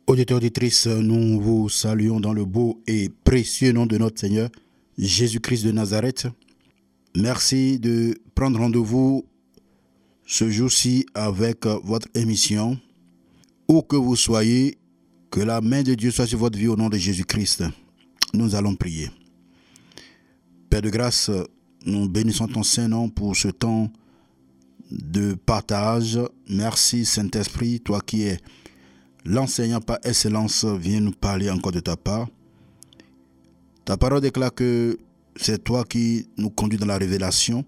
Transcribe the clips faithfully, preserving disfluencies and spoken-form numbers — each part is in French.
Auditeurs, auditrices, nous vous saluons dans le beau et précieux nom de notre Seigneur, Jésus-Christ de Nazareth. Merci de prendre rendez-vous ce jour-ci avec votre émission. Où que vous soyez, que la main de Dieu soit sur votre vie au nom de Jésus-Christ. Nous allons prier. Père de grâce, nous bénissons ton Saint-Nom pour ce temps de partage. Merci Saint-Esprit, toi qui es l'enseignant par excellence, viens nous parler encore de ta part. Ta parole déclare que c'est toi qui nous conduis dans la révélation.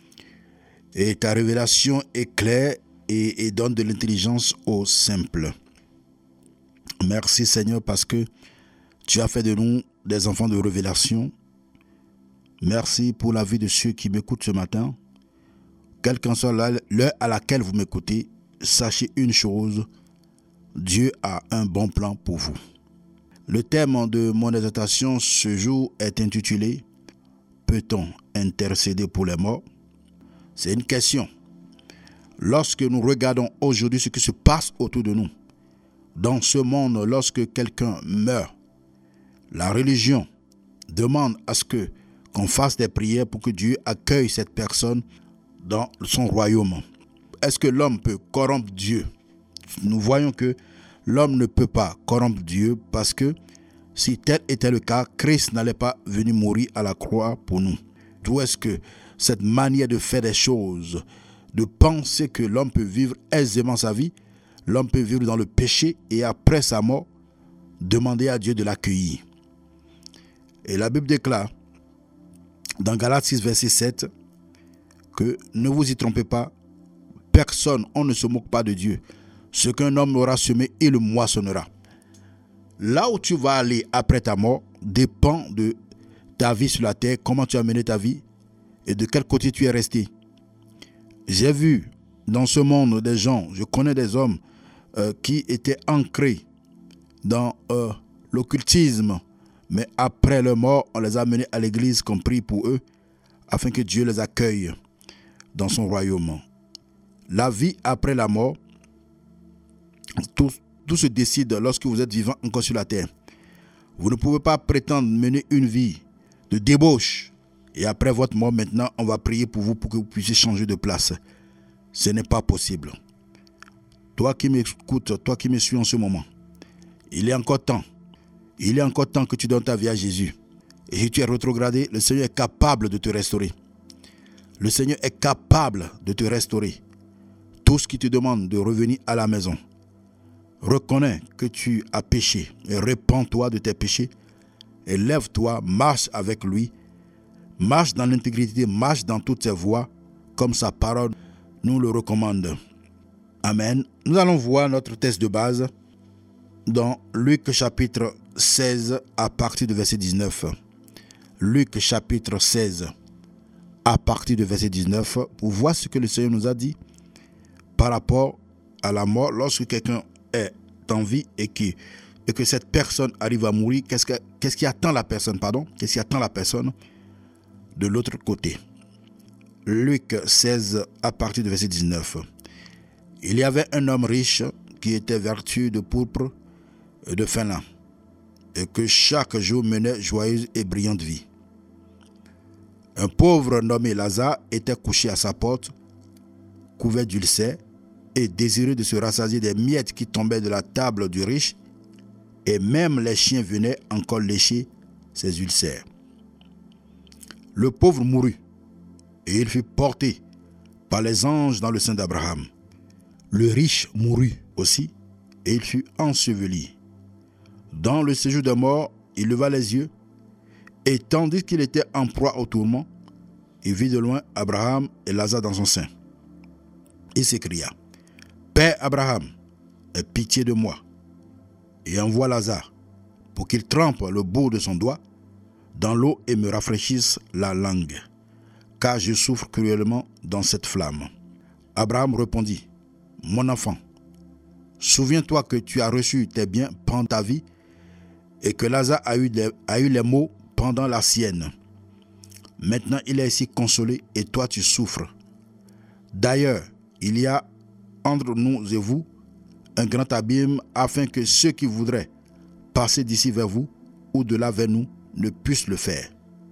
Et ta révélation est claire et, et donne de l'intelligence aux simples. Merci Seigneur parce que tu as fait de nous des enfants de révélation. Merci pour la vie de ceux qui m'écoutent ce matin. Quelle qu'en soit l'heure à laquelle vous m'écoutez, sachez une chose, Dieu a un bon plan pour vous. Le thème de mon exhortation ce jour est intitulé « Peut-on intercéder pour les morts ?» C'est une question. Lorsque nous regardons aujourd'hui ce qui se passe autour de nous, dans ce monde, lorsque quelqu'un meurt, la religion demande à ce que qu'on fasse des prières pour que Dieu accueille cette personne dans son royaume. Est-ce que l'homme peut corrompre Dieu? Nous voyons que l'homme ne peut pas corrompre Dieu parce que si tel était le cas, Christ n'allait pas venir mourir à la croix pour nous. D'où est-ce que cette manière de faire des choses, de penser que l'homme peut vivre aisément sa vie, l'homme peut vivre dans le péché et après sa mort, demander à Dieu de l'accueillir. Et la Bible déclare dans Galates six, verset sept, que ne vous y trompez pas, personne, on ne se moque pas de Dieu. Ce qu'un homme aura semé, il le moissonnera. Là où tu vas aller après ta mort dépend de ta vie sur la terre, comment tu as mené ta vie et de quel côté tu es resté. J'ai vu dans ce monde des gens, je connais des hommes euh, qui étaient ancrés dans euh, l'occultisme, mais après leur mort, on les a menés à l'église, qu'on prie pour eux, afin que Dieu les accueille dans son royaume. La vie après la mort, tout, tout se décide lorsque vous êtes vivant encore sur la terre. Vous ne pouvez pas prétendre mener une vie de débauche et après votre mort, maintenant, on va prier pour vous pour que vous puissiez changer de place. Ce n'est pas possible. Toi qui m'écoutes, toi qui me suis en ce moment, il est encore temps. Il est encore temps que tu donnes ta vie à Jésus. Et si tu es rétrogradé, le Seigneur est capable de te restaurer. Le Seigneur est capable de te restaurer. Tout ce qui te demande de revenir à la maison. Reconnais que tu as péché et répands-toi de tes péchés et lève-toi, marche avec lui, marche dans l'intégrité, marche dans toutes ses voies comme sa parole nous le recommande. Amen. Nous allons voir notre texte de base dans Luc chapitre seize à partir de verset dix-neuf. Luc chapitre seize à partir de verset dix-neuf pour voir ce que le Seigneur nous a dit par rapport à la mort lorsque quelqu'un est en vie et que, et que cette personne arrive à mourir. Qu'est-ce, que, qu'est-ce qui attend la personne, pardon? Qu'est-ce qui attend la personne de l'autre côté? Luc seize à partir de verset dix-neuf. Il y avait un homme riche qui était vertueux de pourpre et de fin lin et que chaque jour menait joyeuse et brillante vie. Un pauvre nommé Lazare était couché à sa porte, couvert d'ulcères, et désireux de se rassasier des miettes qui tombaient de la table du riche, et même les chiens venaient encore lécher ses ulcères. Le pauvre mourut, et il fut porté par les anges dans le sein d'Abraham. Le riche mourut aussi, et il fut enseveli. Dans le séjour de mort, il leva les yeux, et tandis qu'il était en proie au tourment, il vit de loin Abraham et Lazare dans son sein. Il s'écria: Père Abraham, aie pitié de moi, et envoie Lazare pour qu'il trempe le bout de son doigt dans l'eau et me rafraîchisse la langue, car je souffre cruellement dans cette flamme. Abraham répondit: Mon enfant, souviens-toi que tu as reçu tes biens pendant ta vie et que Lazare a eu les, a eu les maux pendant la sienne. Maintenant, il est ici consolé et toi tu souffres. D'ailleurs, il y a entre nous et vous un grand abîme afin que ceux qui voudraient passer d'ici vers vous ou de là vers nous ne puissent le faire.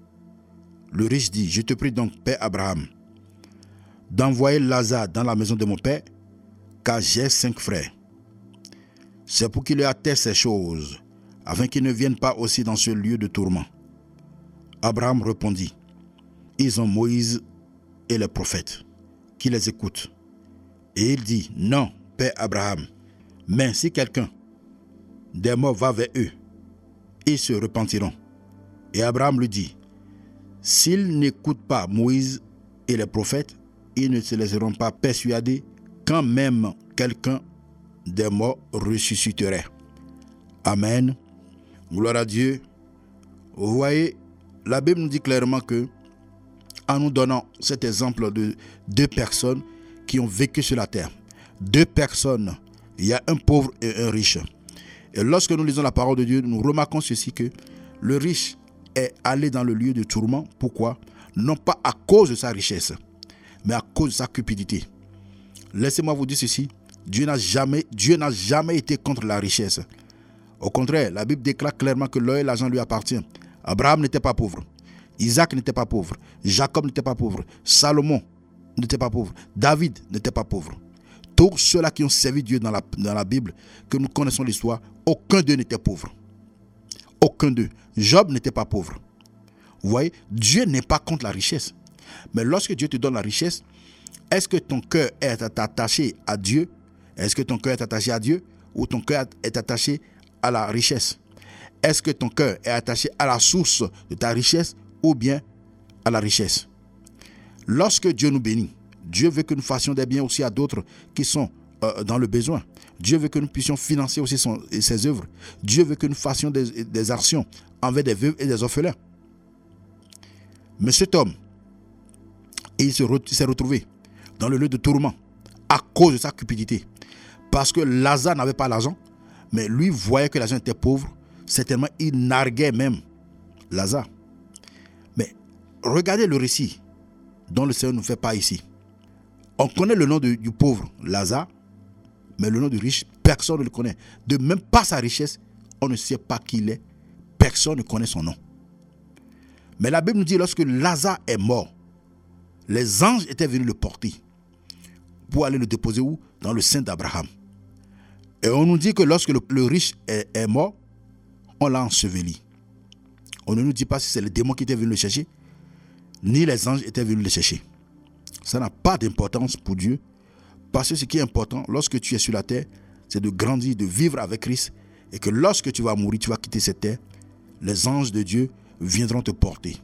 Le riche dit, je te prie donc, Père Abraham, d'envoyer Lazare dans la maison de mon père, car j'ai cinq frères. C'est pour qu'il lui atteste ces choses, afin qu'ils ne viennent pas aussi dans ce lieu de tourment. Abraham répondit, ils ont Moïse et les prophètes, qui les écoutent. Et il dit, non, Père Abraham, mais si quelqu'un des morts va vers eux, ils se repentiront. Et Abraham lui dit, s'ils n'écoutent pas Moïse et les prophètes, ils ne se laisseront pas persuader quand même quelqu'un des morts ressusciterait. Amen. Gloire à Dieu. Vous voyez, la Bible nous dit clairement que, en nous donnant cet exemple de deux personnes qui ont vécu sur la terre, deux personnes, il y a un pauvre et un riche. Et lorsque nous lisons la parole de Dieu, nous remarquons ceci, que le riche est allé dans le lieu de tourment. Pourquoi? Non pas à cause de sa richesse, mais à cause de sa cupidité. Laissez-moi vous dire ceci, Dieu n'a jamais, Dieu n'a jamais été contre la richesse. Au contraire, la Bible déclare clairement que l'or et l'argent lui appartient. Abraham n'était pas pauvre, Isaac n'était pas pauvre, Jacob n'était pas pauvre, Salomon n'était pas pauvre, David n'était pas pauvre. Tous ceux-là qui ont servi Dieu dans la, dans la Bible, que nous connaissons l'histoire, aucun d'eux n'était pauvre. Aucun d'eux. Job n'était pas pauvre. Vous voyez, Dieu n'est pas contre la richesse. Mais lorsque Dieu te donne la richesse, est-ce que ton cœur est attaché à Dieu? Est-ce que ton cœur est attaché à Dieu? Ou ton cœur est attaché à la richesse? Est-ce que ton cœur est attaché à la source de ta richesse ou bien à la richesse? Lorsque Dieu nous bénit, Dieu veut que nous fassions des biens aussi à d'autres qui sont euh, dans le besoin. Dieu veut que nous puissions financer aussi son, ses œuvres. Dieu veut que nous fassions des, des actions envers des veuves et des orphelins. Mais cet homme, il s'est retrouvé dans le lieu de tourment à cause de sa cupidité. Parce que Lazare n'avait pas l'argent, mais lui voyait que l'argent était pauvre. Certainement, il narguait même Lazare. Mais regardez le récit dont le Seigneur ne nous fait pas ici. On connaît le nom de, du pauvre Lazare, mais le nom du riche, personne ne le connaît. De même pas sa richesse, on ne sait pas qui il est. Personne ne connaît son nom. Mais la Bible nous dit, lorsque Lazare est mort, les anges étaient venus le porter pour aller le déposer où? Dans le sein d'Abraham. Et on nous dit que lorsque le, le riche est, est mort, on l'a enseveli. On ne nous dit pas si c'est le démon qui était venu le chercher, ni les anges étaient venus le chercher. Ça n'a pas d'importance pour Dieu. Parce que ce qui est important, lorsque tu es sur la terre, c'est de grandir, de vivre avec Christ. Et que lorsque tu vas mourir, tu vas quitter cette terre, les anges de Dieu viendront te porter.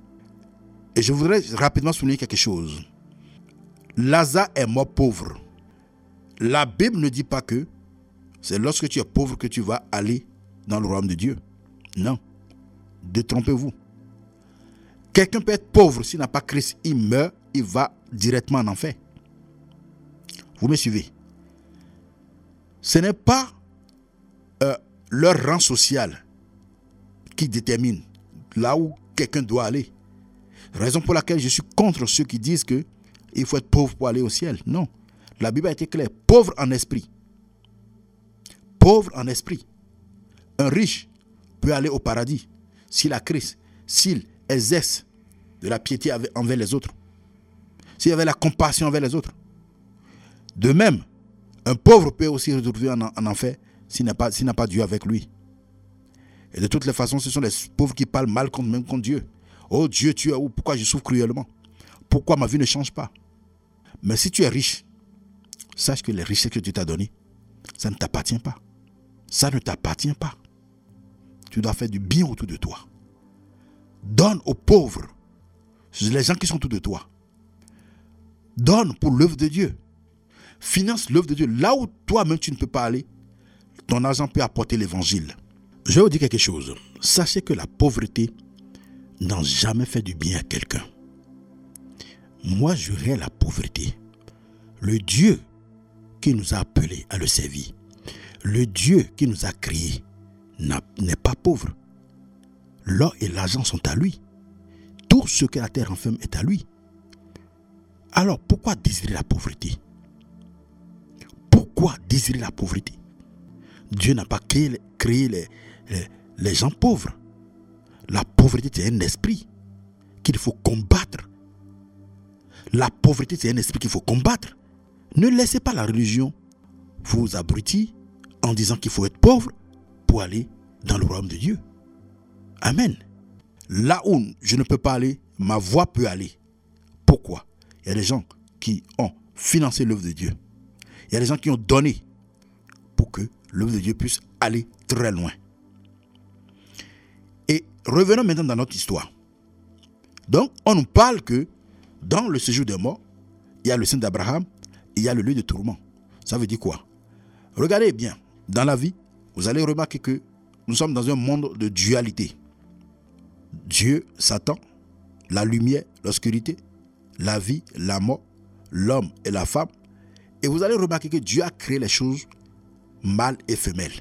Et je voudrais rapidement souligner quelque chose. Lazare est mort pauvre. La Bible ne dit pas que c'est lorsque tu es pauvre que tu vas aller dans le royaume de Dieu. Non. Détrompez-vous. Quelqu'un peut être pauvre s'il n'a pas Christ, il meurt, il va directement en enfer. Vous me suivez? Ce n'est pas euh, leur rang social qui détermine là où quelqu'un doit aller. Raison pour laquelle je suis contre ceux qui disent que il faut être pauvre pour aller au ciel. Non. La Bible a été claire. Pauvre en esprit. Pauvre en esprit. Un riche peut aller au paradis s'il a Christ, s'il exerce de la piété envers les autres, s'il avait la compassion envers les autres. De même, un pauvre peut aussi se retrouver en, en enfer s'il n'a pas, s'il n'a pas Dieu avec lui. Et de toutes les façons, ce sont les pauvres qui parlent mal contre, même contre Dieu. Oh Dieu, tu es où? Pourquoi je souffre cruellement? Pourquoi ma vie ne change pas? Mais si tu es riche, sache que les richesses que Dieu t'a données, ça ne t'appartient pas. Ça ne t'appartient pas. Tu dois faire du bien autour de toi. Donne aux pauvres, les gens qui sont autour de toi. Donne pour l'œuvre de Dieu. Finance l'œuvre de Dieu. Là où toi-même tu ne peux pas aller, ton argent peut apporter l'évangile. Je vais vous dire quelque chose. Sachez que la pauvreté n'a jamais fait du bien à quelqu'un. Moi, j'aurais la pauvreté. Le Dieu qui nous a appelés à le servir, le Dieu qui nous a créés, n'est pas pauvre. L'or et l'argent sont à lui. Tout ce que la terre enferme est à lui. Alors, pourquoi désirer la pauvreté? Pourquoi désirer la pauvreté? Dieu n'a pas créé, créé les, les, les gens pauvres. La pauvreté, c'est un esprit qu'il faut combattre. La pauvreté, c'est un esprit qu'il faut combattre. Ne laissez pas la religion vous abrutir en disant qu'il faut être pauvre pour aller dans le royaume de Dieu. Amen. Là où je ne peux pas aller, ma voix peut aller. Pourquoi? Il y a des gens qui ont financé l'œuvre de Dieu. Il y a des gens qui ont donné pour que l'œuvre de Dieu puisse aller très loin. Et revenons maintenant dans notre histoire. Donc, on nous parle que dans le séjour des morts, il y a le sein d'Abraham, il y a le lieu de tourment. Ça veut dire quoi? Regardez bien, dans la vie, vous allez remarquer que nous sommes dans un monde de dualité. Dieu, Satan, la lumière, l'obscurité, la vie, la mort, l'homme et la femme. Et vous allez remarquer que Dieu a créé les choses mâles et femelles.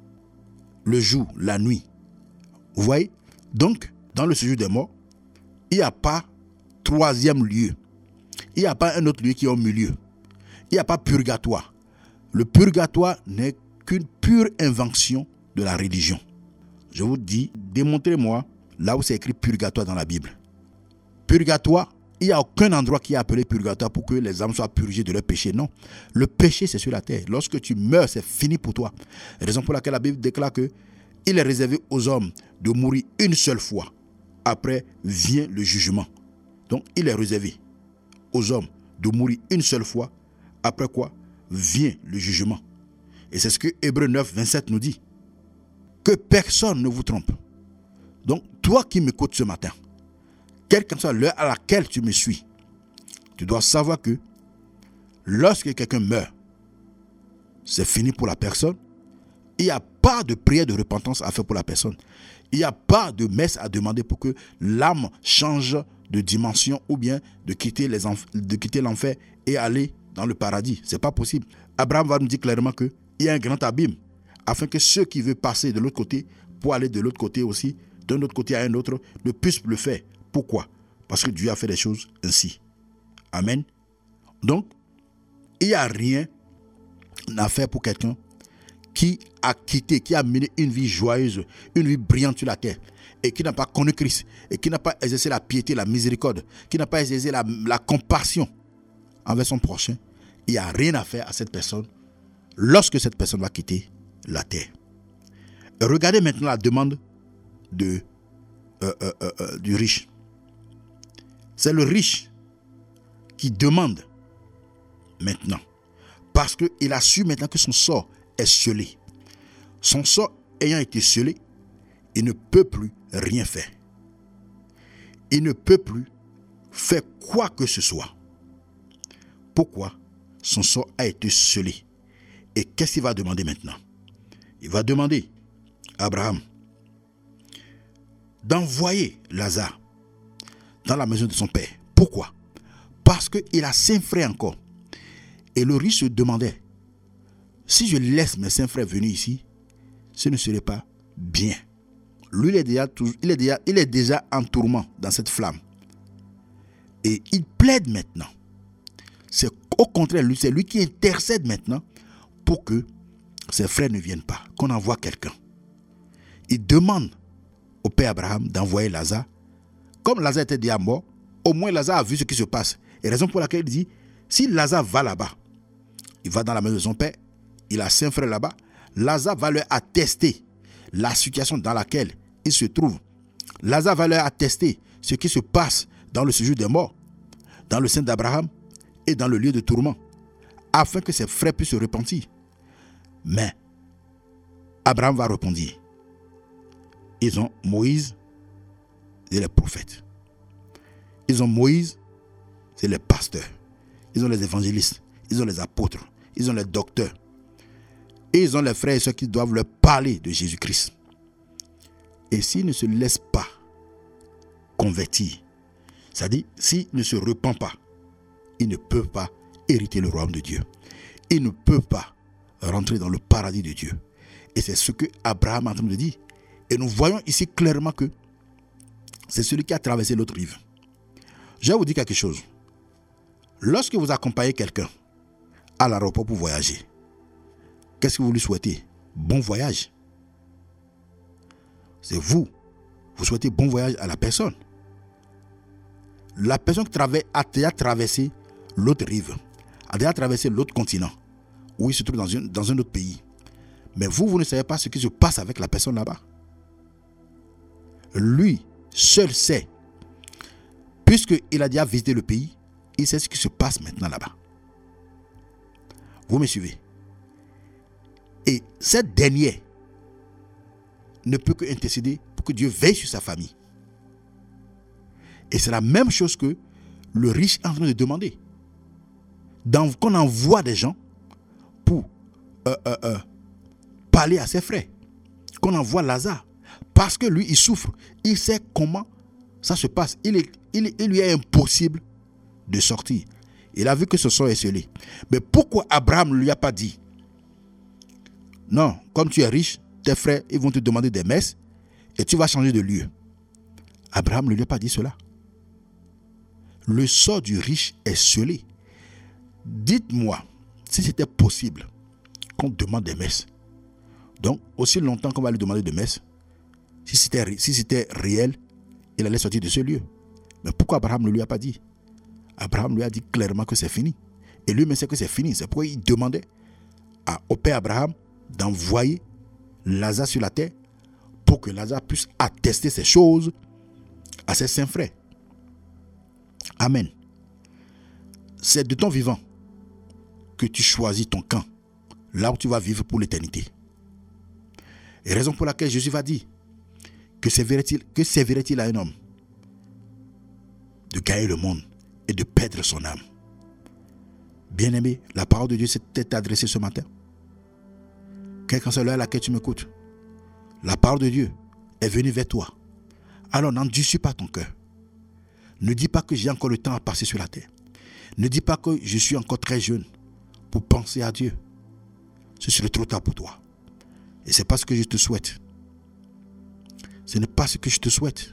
Le jour, la nuit. Vous voyez? Donc, dans le séjour des morts, il n'y a pas troisième lieu. Il n'y a pas un autre lieu qui est au milieu. Il n'y a pas purgatoire. Le purgatoire n'est qu'une pure invention de la religion. Je vous dis, démontrez-moi là où c'est écrit purgatoire dans la Bible. Purgatoire, il n'y a aucun endroit qui est appelé purgatoire pour que les âmes soient purgées de leurs péchés. Non. Le péché, c'est sur la terre. Lorsque tu meurs, c'est fini pour toi. Raison pour laquelle la Bible déclare que il est réservé aux hommes de mourir une seule fois. Après vient le jugement. Donc, il est réservé aux hommes de mourir une seule fois. Après quoi vient le jugement. Et c'est ce que Hébreux neuf, vingt-sept nous dit. Que personne ne vous trompe. Donc, toi qui m'écoutes ce matin, quelle que soit l'heure à laquelle tu me suis, tu dois savoir que lorsque quelqu'un meurt, c'est fini pour la personne. Il n'y a pas de prière de repentance à faire pour la personne. Il n'y a pas de messe à demander pour que l'âme change de dimension ou bien de quitter, les enf- de quitter l'enfer et aller dans le paradis. Ce n'est pas possible. Abraham va nous dire clairement qu'il y a un grand abîme afin que ceux qui veulent passer de l'autre côté pour aller de l'autre côté aussi, d'un autre côté à un autre, ne puissent le faire. Pourquoi? Parce que Dieu a fait les choses ainsi. Amen. Donc, il n'y a rien à faire pour quelqu'un qui a quitté, qui a mené une vie joyeuse, une vie brillante sur la terre, et qui n'a pas connu Christ, et qui n'a pas exercé la piété, la miséricorde, qui n'a pas exercé la, la compassion envers son prochain. Il n'y a rien à faire à cette personne lorsque cette personne va quitter la terre. Et regardez maintenant la demande de, euh, euh, euh, euh, du riche. C'est le riche qui demande maintenant, parce qu'il a su maintenant que son sort est scellé. Son sort ayant été scellé, il ne peut plus rien faire. Il ne peut plus faire quoi que ce soit. Pourquoi? Son sort a été scellé. Et qu'est-ce qu'il va demander maintenant? Il va demander à Abraham d'envoyer Lazare dans la maison de son père. Pourquoi? Parce qu'il a cinq frères encore. Et le riche se demandait, si je laisse mes cinq frères venir ici, ce ne serait pas bien. Lui, il est déjà, il est déjà, il est déjà en tourment dans cette flamme. Et il plaide maintenant. C'est au contraire, lui, c'est lui qui intercède maintenant pour que ses frères ne viennent pas, qu'on envoie quelqu'un. Il demande au père Abraham d'envoyer Lazare. Comme Lazare était déjà mort, au moins Lazare a vu ce qui se passe. Et raison pour laquelle il dit, si Lazare va là-bas, il va dans la maison de son père, il a cinq frères là-bas, Lazare va leur attester la situation dans laquelle il se trouve. Lazare va leur attester ce qui se passe dans le séjour des morts, dans le sein d'Abraham et dans le lieu de tourment, afin que ses frères puissent se repentir. Mais Abraham va répondre, ils ont Moïse et les prophètes. Ils ont Moïse, c'est les pasteurs. Ils ont les évangélistes, ils ont les apôtres, ils ont les docteurs. Et ils ont les frères et ceux qui doivent leur parler de Jésus-Christ. Et s'ils ne se laissent pas convertir, c'est-à-dire s'ils ne se repentent pas, ils ne peuvent pas hériter le royaume de Dieu. Ils ne peuvent pas rentrer dans le paradis de Dieu. Et c'est ce que Abraham est en train de dire. Et nous voyons ici clairement que c'est celui qui a traversé l'autre rive. Je vais vous dire quelque chose. Lorsque vous accompagnez quelqu'un à l'aéroport pour voyager, qu'est-ce que vous lui souhaitez? Bon voyage. C'est vous. Vous souhaitez bon voyage à la personne. La personne qui a déjà traversé l'autre rive, a déjà traversé l'autre continent, où il se trouve dans, une, dans un autre pays. Mais vous, vous ne savez pas ce qui se passe avec la personne là-bas. Lui, seul sait. Puisqu'il a déjà visité le pays, il sait ce qui se passe maintenant là-bas. Vous me suivez? Et cette dernière ne peut que intercéder pour que Dieu veille sur sa famille. Et c'est la même chose que le riche est en train de demander. Dans, qu'on envoie des gens pour euh, euh, euh, parler à ses frères. Qu'on envoie Lazare. Parce que lui, il souffre. Il sait comment ça se passe. Il, est, il, il lui est impossible de sortir. Il a vu que ce sort est scellé. Mais pourquoi Abraham ne lui a pas dit? Non, comme tu es riche, tes frères, ils vont te demander des messes et tu vas changer de lieu. Abraham ne lui a pas dit cela. Le sort du riche est scellé. Dites-moi si c'était possible qu'on demande des messes. Donc, aussi longtemps qu'on va lui demander des messes, si c'était, si c'était réel, il allait sortir de ce lieu. Mais pourquoi Abraham ne lui a pas dit? Abraham lui a dit clairement que c'est fini. Et lui-même sait que c'est fini. C'est pourquoi il demandait à, au père Abraham d'envoyer Lazare sur la terre pour que Lazare puisse attester ces choses à ses saints frères. Amen. C'est de ton vivant que tu choisis ton camp, là où tu vas vivre pour l'éternité. Et raison pour laquelle Jésus va dire que servirait-il, que servirait-il à un homme de gagner le monde et de perdre son âme? Bien-aimé, la parole de Dieu s'est adressée ce matin. Quelle que soit l'heure à laquelle tu m'écoutes, la parole de Dieu est venue vers toi. Alors n'endurcis pas ton cœur. Ne dis pas que j'ai encore le temps à passer sur la terre. Ne dis pas que je suis encore très jeune pour penser à Dieu. Ce serait trop tard pour toi. Et ce n'est pas ce que je te souhaite. Ce n'est pas ce que je te souhaite.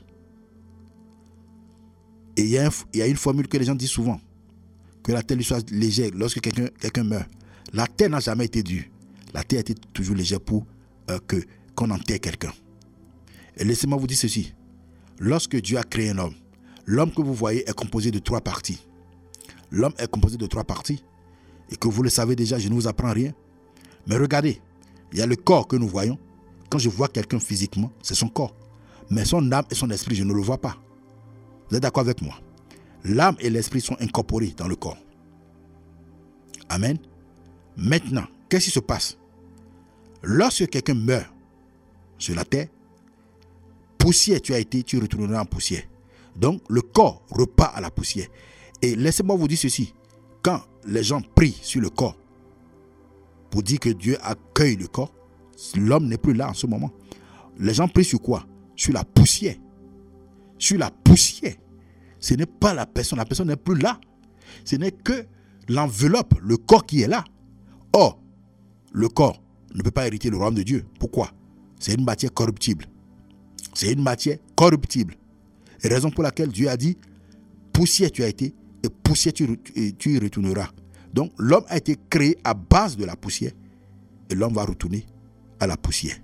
Et il y, y a une formule que les gens disent souvent. Que la terre lui soit légère lorsque quelqu'un, quelqu'un meurt. La terre n'a jamais été dure. La terre était toujours légère pour euh, que, qu'on enterre quelqu'un. Et laissez-moi vous dire ceci. Lorsque Dieu a créé un homme, l'homme que vous voyez est composé de trois parties. L'homme est composé de trois parties. Et que vous le savez déjà, je ne vous apprends rien. Mais regardez, il y a le corps que nous voyons. Quand je vois quelqu'un physiquement, c'est son corps. Mais son âme et son esprit, je ne le vois pas. Vous êtes d'accord avec moi? L'âme et l'esprit sont incorporés dans le corps. Amen. Maintenant, qu'est-ce qui se passe? Lorsque quelqu'un meurt sur la terre, poussière tu as été, tu retourneras en poussière. Donc, le corps repart à la poussière. Et laissez-moi vous dire ceci. Quand les gens prient sur le corps, pour dire que Dieu accueille le corps, l'homme n'est plus là en ce moment. Les gens prient sur quoi? Sur la poussière. Sur la poussière. Ce n'est pas la personne. La personne n'est plus là. Ce n'est que l'enveloppe, le corps qui est là. Or, le corps ne peut pas hériter le royaume de Dieu. Pourquoi? C'est une matière corruptible. C'est une matière corruptible. Et raison pour laquelle Dieu a dit, poussière tu as été et poussière tu, tu y retourneras. Donc, l'homme a été créé à base de la poussière et l'homme va retourner à la poussière.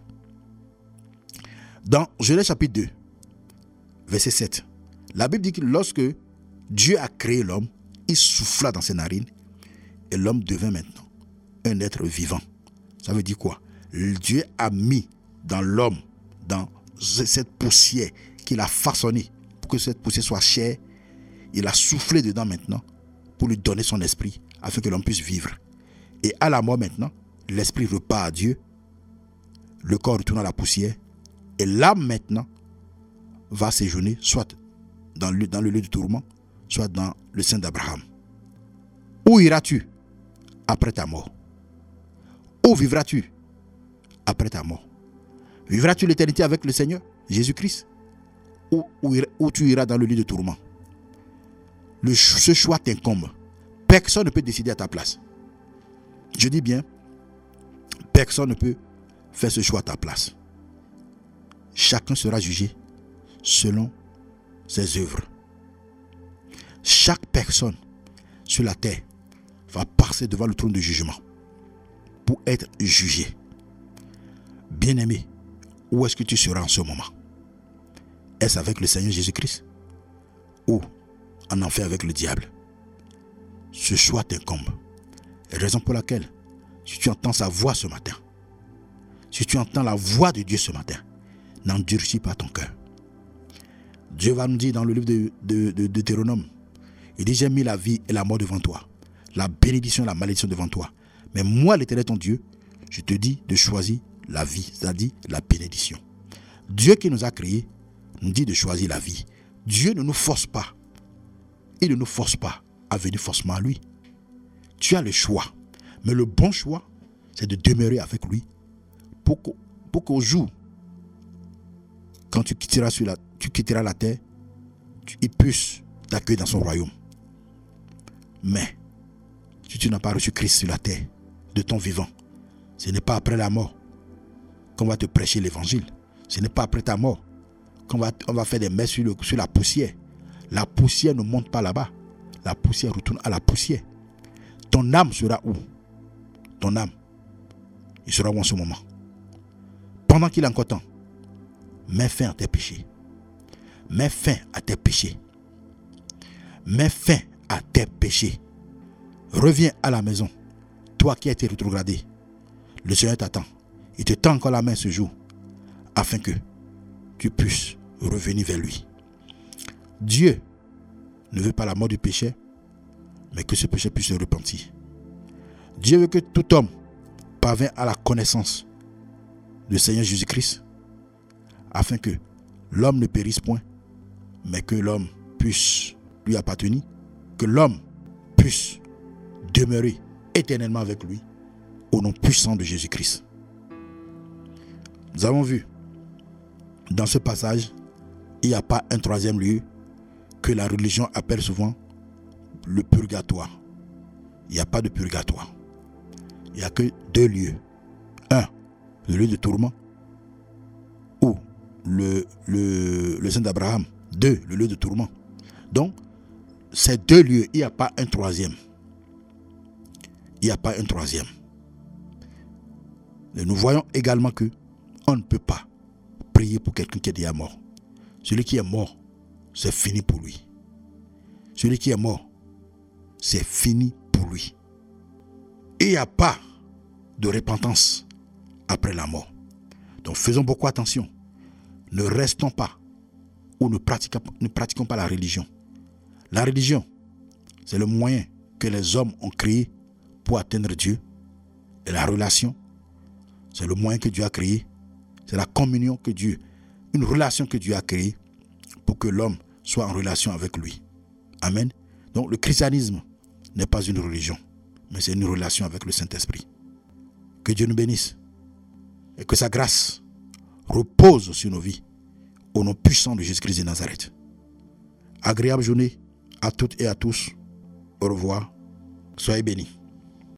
Dans Genèse chapitre deux, verset sept, la Bible dit que lorsque Dieu a créé l'homme, il souffla dans ses narines et l'homme devint maintenant un être vivant. Ça veut dire quoi? Dieu a mis dans l'homme, dans cette poussière qu'il a façonnée pour que cette poussière soit chère, il a soufflé dedans maintenant pour lui donner son esprit afin que l'homme puisse vivre. Et à la mort maintenant, l'esprit repart à Dieu, le corps retourne à la poussière et l'âme maintenant va séjourner soit dans le, dans le lieu du tourment, soit dans le sein d'Abraham. Où iras-tu après ta mort? Où vivras-tu après ta mort? Vivras-tu l'éternité avec le Seigneur Jésus-Christ? Ou, ou, ou tu iras dans le lieu de tourment? Le, ce choix t'incombe. Personne ne peut décider à ta place. Je dis bien, personne ne peut faire ce choix à ta place. Chacun sera jugé selon ses œuvres. Chaque personne sur la terre va passer devant le trône de jugement. pour être jugé. Bien-aimé, où est-ce que tu seras en ce moment? Est-ce avec le Seigneur Jésus-Christ ou en enfer avec le diable? Ce choix t'incombe. Raison pour laquelle, si tu entends sa voix ce matin, si tu entends la voix de Dieu ce matin, n'endurcis pas ton cœur. Dieu va nous dire dans le livre de, de, de, de Deutéronome, il dit: j'ai mis la vie et la mort devant toi, la bénédiction et la malédiction devant toi. Mais moi, l'Éternel ton Dieu, je te dis de choisir la vie, c'est-à-dire la bénédiction. Dieu qui nous a créés nous dit de choisir la vie. Dieu ne nous force pas. Il ne nous force pas à venir forcément à lui. Tu as le choix. Mais le bon choix, c'est de demeurer avec lui pour, qu'au, pour qu'au jour, quand tu quitteras, sur la, tu quitteras la terre, tu, il puisse t'accueillir dans son royaume. Mais, si tu n'as pas reçu Christ sur la terre, de ton vivant, ce n'est pas après la mort qu'on va te prêcher l'évangile. Ce n'est pas après ta mort qu'on va, on va faire des messes sur, le, sur la poussière. La poussière ne monte pas là-bas. La poussière retourne à la poussière. Ton âme sera où? Ton âme, il sera où en ce moment? Pendant qu'il est encore temps, mets fin à tes péchés. Mets fin à tes péchés. Mets fin à tes péchés. Reviens à la maison. Toi qui as été rétrogradé, le Seigneur t'attend. Il te tend encore la main ce jour afin que tu puisses revenir vers lui. Dieu ne veut pas la mort du péché, mais que ce péché puisse se repentir. Dieu veut que tout homme parvienne à la connaissance du Seigneur Jésus-Christ afin que l'homme ne périsse point, mais que l'homme puisse lui appartenir, que l'homme puisse demeurer éternellement avec lui au nom puissant de Jésus-Christ. Nous avons vu dans ce passage, il n'y a pas un troisième lieu que la religion appelle souvent le purgatoire. Il n'y a pas de purgatoire. Il n'y a que deux lieux. Un, le lieu de tourment, ou le, le, le sein d'Abraham. Deux, le lieu de tourment. Donc, ces deux lieux, il n'y a pas un troisième. Il n'y a pas un troisième. Et nous voyons également que on ne peut pas prier pour quelqu'un qui est déjà mort. Celui qui est mort, c'est fini pour lui. Celui qui est mort, c'est fini pour lui. Et il n'y a pas de repentance après la mort. Donc faisons beaucoup attention. Ne restons pas ou ne pratiquons, ne pratiquons pas la religion. La religion, c'est le moyen que les hommes ont créé pour atteindre Dieu. Et la relation, c'est le moyen que Dieu a créé. C'est la communion que Dieu, une relation que Dieu a créée pour que l'homme soit en relation avec lui. Amen. Donc le christianisme n'est pas une religion, mais c'est une relation avec le Saint-Esprit. Que Dieu nous bénisse et que sa grâce repose sur nos vies au nom puissant de Jésus-Christ de Nazareth. Agréable journée à toutes et à tous. Au revoir. Soyez bénis.